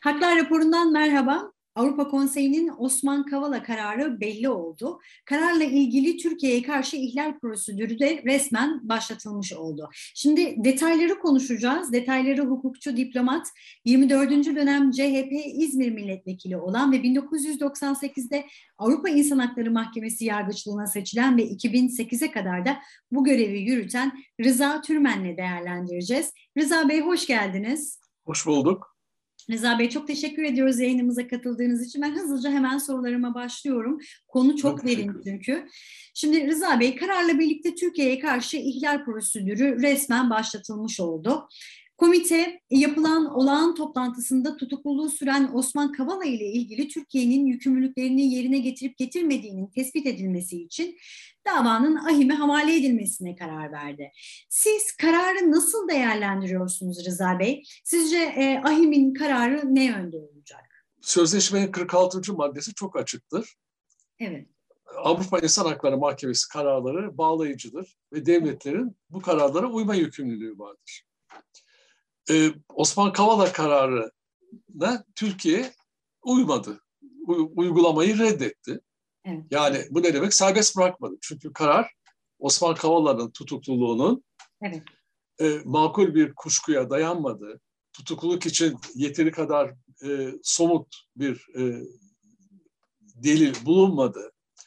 Haklar raporundan merhaba. Avrupa Konseyi'nin Osman Kavala kararı belli oldu. Kararla ilgili Türkiye'ye karşı ihlal prosedürü de resmen başlatılmış oldu. Şimdi detayları konuşacağız. Detayları hukukçu, diplomat, 24. dönem CHP İzmir milletvekili olan ve 1998'de Avrupa İnsan Hakları Mahkemesi yargıçlığına seçilen ve 2008'e kadar da bu görevi yürüten Rıza Türmen'le değerlendireceğiz. Rıza Bey hoş geldiniz. Hoş bulduk. Rıza Bey çok teşekkür ediyoruz yayınımıza katıldığınız için. Ben hızlıca hemen sorularıma başlıyorum. Konu çok derin çünkü. Şimdi Rıza Bey, kararla birlikte Türkiye'ye karşı ihlal prosedürü resmen başlatılmış oldu. Komite yapılan olağan toplantısında tutukluluğu süren Osman Kavala ile ilgili Türkiye'nin yükümlülüklerini yerine getirip getirmediğinin tespit edilmesi için davanın AİHM'e havale edilmesine karar verdi. Siz kararı nasıl değerlendiriyorsunuz Rıza Bey? Sizce AİHM'in kararı ne yönde olacak? Sözleşmenin 46. maddesi çok açıktır. Evet. Avrupa İnsan Hakları Mahkemesi kararları bağlayıcıdır ve devletlerin bu kararlara uyma yükümlülüğü vardır. Osman Kavala kararına Türkiye uymadı. Uygulamayı reddetti. Evet. Yani bu ne demek? Serbest bırakmadı. Çünkü karar Osman Kavala'nın tutukluluğunun makul bir kuşkuya dayanmadığı, tutukluluk için yeteri kadar somut bir delil bulunmadı,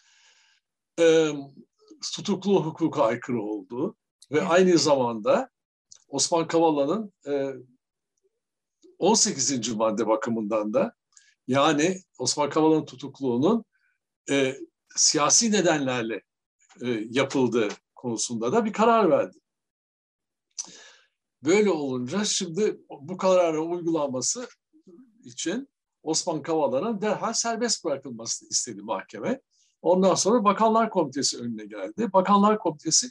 tutuklu hukuka aykırı olduğu ve aynı zamanda Osman Kavala'nın 18. madde bakımından da, yani Osman Kavala'nın tutukluluğunun siyasi nedenlerle yapıldığı konusunda da bir karar verdi. Böyle olunca şimdi bu kararın uygulanması için Osman Kavala'nın derhal serbest bırakılmasını istedi mahkeme. Ondan sonra Bakanlar Komitesi önüne geldi. Bakanlar Komitesi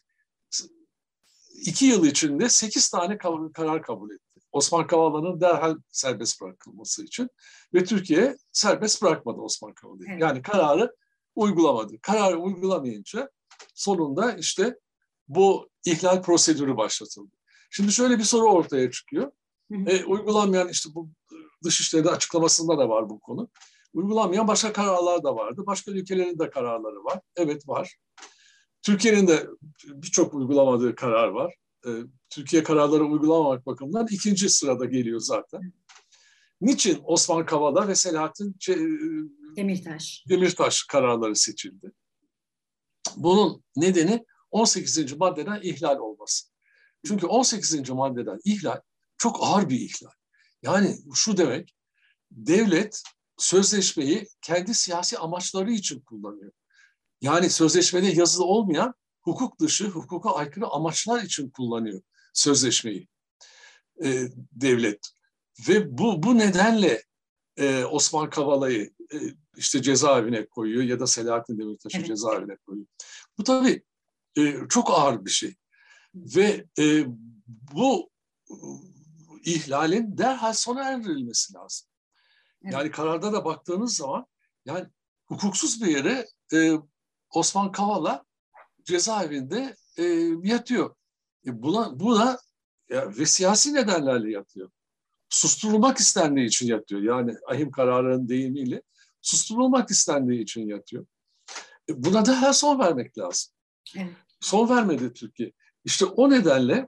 2 yıl içinde 8 tane karar kabul etti. Osman Kavala'nın derhal serbest bırakılması için ve Türkiye serbest bırakmadı Osman Kavala'yı. Evet. Yani kararı uygulamadı. Kararı uygulamayınca sonunda işte bu ihlal prosedürü başlatıldı. Şimdi şöyle bir soru ortaya çıkıyor. Uygulanmayan, işte bu Dışişleri açıklamasında da var bu konu. Uygulanmayan başka kararlar da vardı. Başka ülkelerin de kararları var. Evet, var. Türkiye'nin de birçok uygulamadığı karar var. Türkiye kararları uygulamamak bakımından 2. sırada geliyor zaten. Niçin Osman Kavala ve Selahattin Demirtaş kararları seçildi? Bunun nedeni 18. maddeden ihlal olması. Çünkü 18. maddeden ihlal çok ağır bir ihlal. Yani şu demek, devlet sözleşmeyi kendi siyasi amaçları için kullanıyor. Yani sözleşmede yazılı olmayan hukuk dışı, hukuka aykırı amaçlar için kullanıyor sözleşmeyi devlet. Ve bu nedenle Osman Kavala'yı işte cezaevine koyuyor ya da Selahattin Demirtaş'ı cezaevine koyuyor. Bu tabii çok ağır bir şey. Ve bu ihlalin derhal sona erdirilmesi lazım. Yani kararda da baktığınız zaman, yani hukuksuz bir yere Osman Kavala cezaevinde yatıyor. Buna ve siyasi nedenlerle yatıyor. Susturulmak istendiği için yatıyor. Yani AİHM kararının deyimiyle susturulmak istendiği için yatıyor. Buna da son vermek lazım. Evet. Son vermedi Türkiye. İşte o nedenle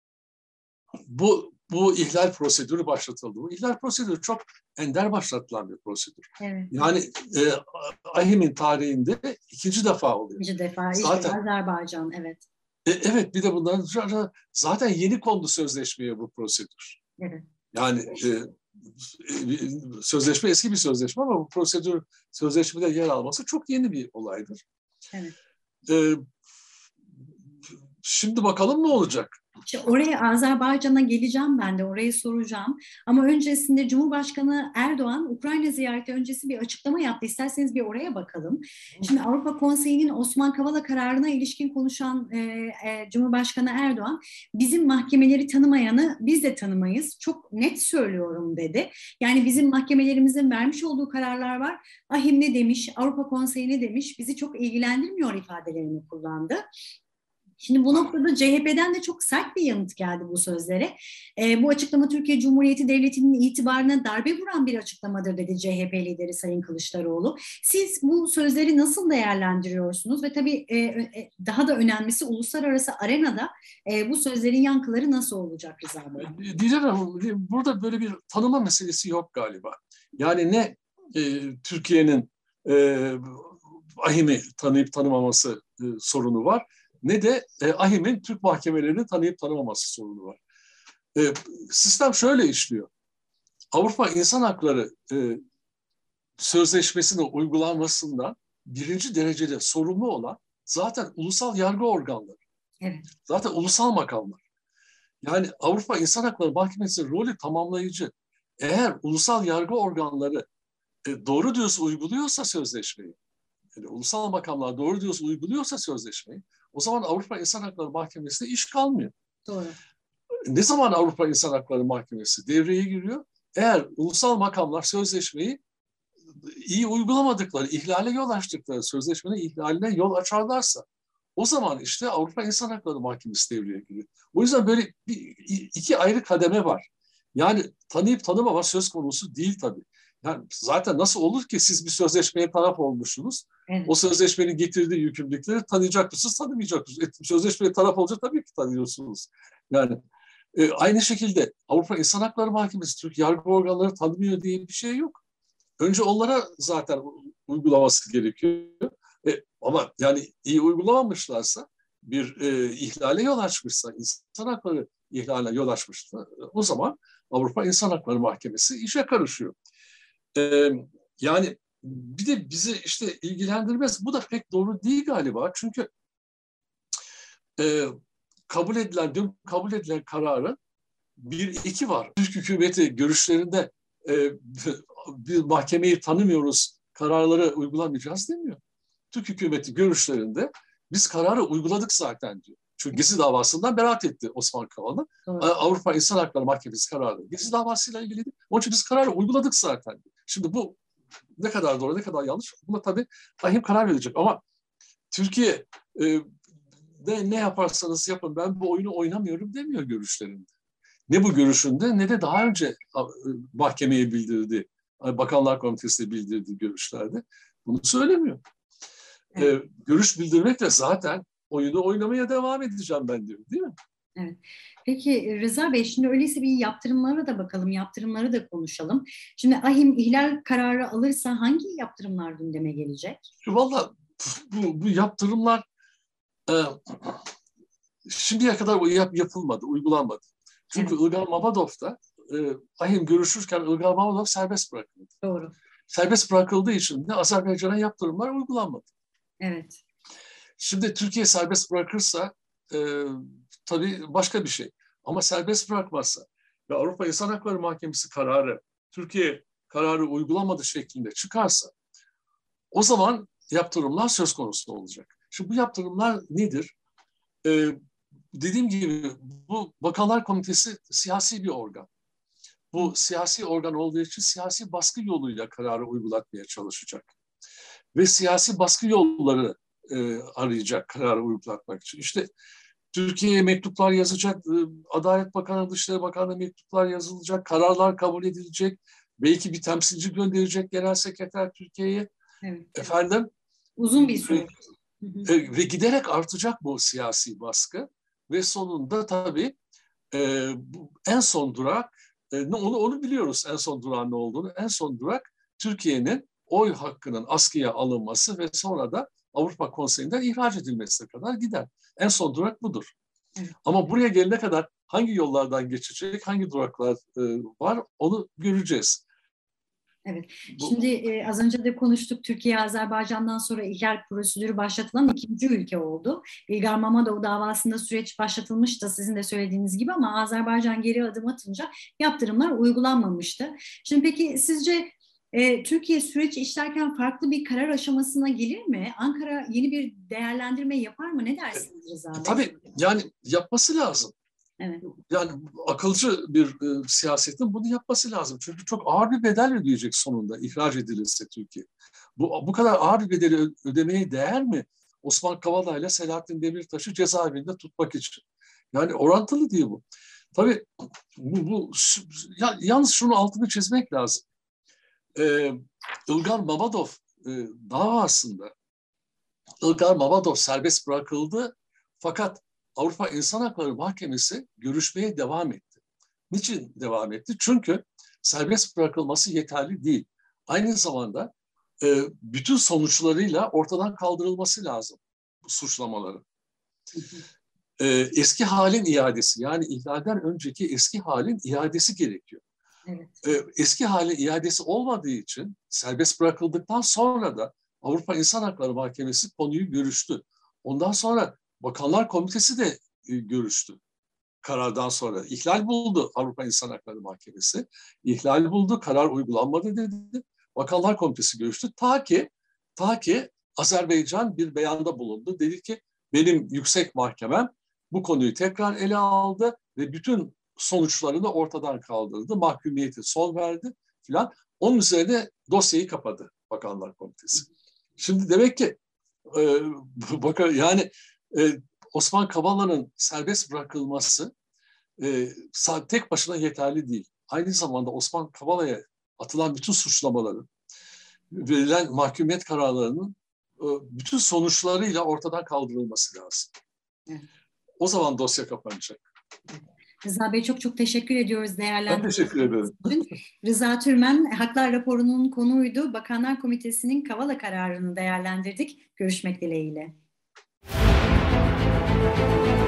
bu ihlal prosedürü başlatıldı. Bu ihlal prosedürü çok ender başlatılan bir prosedür. Evet. Yani AİHM'in tarihinde 2. defa oluyor. 2. defa zaten, işte Azerbaycan, evet. Evet, bir de bundan sonra zaten yeni kondu sözleşmeye bu prosedür. Evet. Yani sözleşme eski bir sözleşme ama bu prosedür sözleşmede yer alması çok yeni bir olaydır. Evet. Şimdi bakalım ne olacak? İşte oraya, Azerbaycan'a geleceğim, ben de orayı soracağım. Ama öncesinde Cumhurbaşkanı Erdoğan Ukrayna ziyareti öncesi bir açıklama yaptı. İsterseniz bir oraya bakalım. Şimdi Avrupa Konseyi'nin Osman Kavala kararına ilişkin konuşan Cumhurbaşkanı Erdoğan, bizim mahkemeleri tanımayanı biz de tanımayız. Çok net söylüyorum dedi. Yani bizim mahkemelerimizin vermiş olduğu kararlar var. AİHM ne demiş, Avrupa Konseyi ne demiş, bizi çok ilgilendirmiyor ifadelerini kullandı. Şimdi bu noktada CHP'den de çok sert bir yanıt geldi bu sözlere. Bu açıklama Türkiye Cumhuriyeti Devleti'nin itibarına darbe vuran bir açıklamadır dedi CHP lideri Sayın Kılıçdaroğlu. Siz bu sözleri nasıl değerlendiriyorsunuz? Ve tabii daha da önemlisi uluslararası arenada bu sözlerin yankıları nasıl olacak Rıza Bey? Didem Hanım, burada böyle bir tanıma meselesi yok galiba. Yani ne Türkiye'nin AİHM'i tanıyıp tanımaması sorunu var, ne de AİHM'in Türk mahkemelerini tanıyıp tanımaması sorunu var. Sistem şöyle işliyor. Avrupa İnsan Hakları Sözleşmesi'nin uygulanmasından birinci derecede sorumlu olan zaten ulusal yargı organları. Evet. Zaten ulusal makamlar. Yani Avrupa İnsan Hakları Mahkemesi'nin rolü tamamlayıcı. Eğer ulusal yargı organları doğru diyorsa uyguluyorsa sözleşmeyi, yani ulusal makamlar doğru diyorsa uyguluyorsa sözleşmeyi, o zaman Avrupa İnsan Hakları Mahkemesi'ne iş kalmıyor. Doğru. Ne zaman Avrupa İnsan Hakları Mahkemesi devreye giriyor? Eğer ulusal makamlar sözleşmeyi iyi uygulamadıkları, ihlale yol açtıkları, sözleşmenin ihlaline yol açarlarsa, o zaman işte Avrupa İnsan Hakları Mahkemesi devreye giriyor. O yüzden böyle iki ayrı kademe var. Yani tanıyıp tanımama söz konusu değil tabii. Yani zaten nasıl olur ki siz bir sözleşmeye taraf olmuşsunuz? Evet. O sözleşmenin getirdiği yükümlülükleri tanıyacak mısınız, tanımayacak mısınız? Sözleşmeye taraf olacak tabii ki tanıyorsunuz. Yani aynı şekilde Avrupa İnsan Hakları Mahkemesi, Türk yargı organları tanımıyor diye bir şey yok. Önce onlara zaten uygulaması gerekiyor. Ama yani iyi uygulamamışlarsa, bir ihlale yol açmışsa, insan hakları ihlaline yol açmışsa, o zaman Avrupa İnsan Hakları Mahkemesi işe karışıyor. Yani bir de bizi işte ilgilendirmez. Bu da pek doğru değil galiba. Çünkü dün kabul edilen kararın bir eki var. Türk hükümeti görüşlerinde bir mahkemeyi tanımıyoruz, kararları uygulamayacağız demiyor. Türk hükümeti görüşlerinde biz kararı uyguladık zaten diyor. Çünkü Gezi davasından beraat etti Osman Kavala. Avrupa İnsan Hakları Mahkemesi kararı Gezi davasıyla ilgiliydi. Onun için biz kararı uyguladık zaten diyor. Şimdi bu ne kadar doğru, ne kadar yanlış, buna tabii AİHM karar verecek. Ama Türkiye ne yaparsanız yapın, ben bu oyunu oynamıyorum demiyor görüşlerinde. Ne bu görüşünde ne de daha önce mahkemeye bildirdiği, Bakanlar Komitesi'ne bildirdiği görüşlerde bunu söylemiyor. Evet. Görüş bildirmekle zaten oyunu oynamaya devam edeceğim ben diyor, değil mi? Evet. Peki Rıza Bey, şimdi öyleyse bir yaptırımlara da bakalım, yaptırımları da konuşalım. Şimdi AİHM ihlal kararı alırsa hangi yaptırımlar gündeme gelecek? Vallahi bu yaptırımlar şimdiye kadar yapılmadı, uygulanmadı. Çünkü evet. Ilgar Mammadov'da AİHM görüşürken Ilgar Mammadov serbest bırakıldı. Doğru. Serbest bırakıldığı için de Azerbaycan'a yaptırımlar uygulanmadı. Evet. Şimdi Türkiye serbest bırakırsa tabii başka bir şey. Ama serbest bırakmazsa ve Avrupa İnsan Hakları Mahkemesi kararı Türkiye kararı uygulamadı şeklinde çıkarsa, o zaman yaptırımlar söz konusu olacak. Şimdi bu yaptırımlar nedir? Dediğim gibi bu Bakanlar Komitesi siyasi bir organ. Bu siyasi organ olduğu için siyasi baskı yoluyla kararı uygulatmaya çalışacak. Ve siyasi baskı yolları arayacak kararı uygulatmak için. İşte Türkiye'ye mektuplar yazacak, Adalet Bakanı, Dışişleri Bakanı mektuplar yazılacak, kararlar kabul edilecek, belki bir temsilci gönderecek genel sekreter Türkiye'ye. Evet. Efendim? Uzun bir süre. Ve giderek artacak bu siyasi baskı ve sonunda tabii en son durak, onu biliyoruz en son durağın ne olduğunu, en son durak Türkiye'nin oy hakkının askıya alınması ve sonra da Avrupa Konseyi'nden ihraç edilmesine kadar gider. En son durak budur. Evet. Ama buraya gelene kadar hangi yollardan geçecek, hangi duraklar var onu göreceğiz. Evet. Şimdi az önce de konuştuk. Türkiye Azerbaycan'dan sonra ihlal prosedürü başlatılan ikinci ülke oldu. İlgar Mammadov davasında süreç başlatılmıştı sizin de söylediğiniz gibi ama Azerbaycan geri adım atınca yaptırımlar uygulanmamıştı. Şimdi peki sizce Türkiye süreç işlerken farklı bir karar aşamasına gelir mi? Ankara yeni bir değerlendirme yapar mı? Ne dersiniz Rıza Bey? Tabii yani yapması lazım. Evet. Yani akılcı bir siyasetin bunu yapması lazım. Çünkü çok ağır bir bedel ödeyecek sonunda ihraç edilirse Türkiye. Bu kadar ağır bir bedeli ödemeye değer mi? Osman Kavala ile Selahattin Demirtaş'ı cezaevinde tutmak için. Yani orantılı değil bu. Tabii yalnız şunu altını çizmek lazım. Ilgar Mammadov davasında Ilgar Mammadov serbest bırakıldı fakat Avrupa İnsan Hakları Mahkemesi görüşmeye devam etti. Niçin devam etti? Çünkü serbest bırakılması yeterli değil. Aynı zamanda bütün sonuçlarıyla ortadan kaldırılması lazım bu suçlamaların. Eski halin iadesi, yani ihlalden önceki eski halin iadesi gerekiyor. Evet. Eski halin iadesi olmadığı için serbest bırakıldıktan sonra da Avrupa İnsan Hakları Mahkemesi konuyu görüştü. Ondan sonra Bakanlar Komitesi de görüştü. Karardan sonra ihlal buldu Avrupa İnsan Hakları Mahkemesi. İhlal buldu, karar uygulanmadı dedi. Bakanlar Komitesi görüştü. Ta ki Azerbaycan bir beyanda bulundu. Dedi ki benim yüksek mahkemem bu konuyu tekrar ele aldı ve bütün sonuçlarını ortadan kaldırdı. Mahkumiyeti son verdi filan. Onun üzerine dosyayı kapadı Bakanlar Komitesi. Şimdi demek ki Osman Kavala'nın serbest bırakılması tek başına yeterli değil. Aynı zamanda Osman Kavala'ya atılan bütün suçlamaların, verilen mahkumiyet kararlarının bütün sonuçlarıyla ortadan kaldırılması lazım. Evet. O zaman dosya kapanacak. Rıza Bey çok teşekkür ediyoruz değerlendirmeniz için. Ben teşekkür ederim. Rıza Türmen, Haklar Raporu'nun konuğuydu. Bakanlar Komitesi'nin Kavala kararını değerlendirdik. Görüşmek dileğiyle.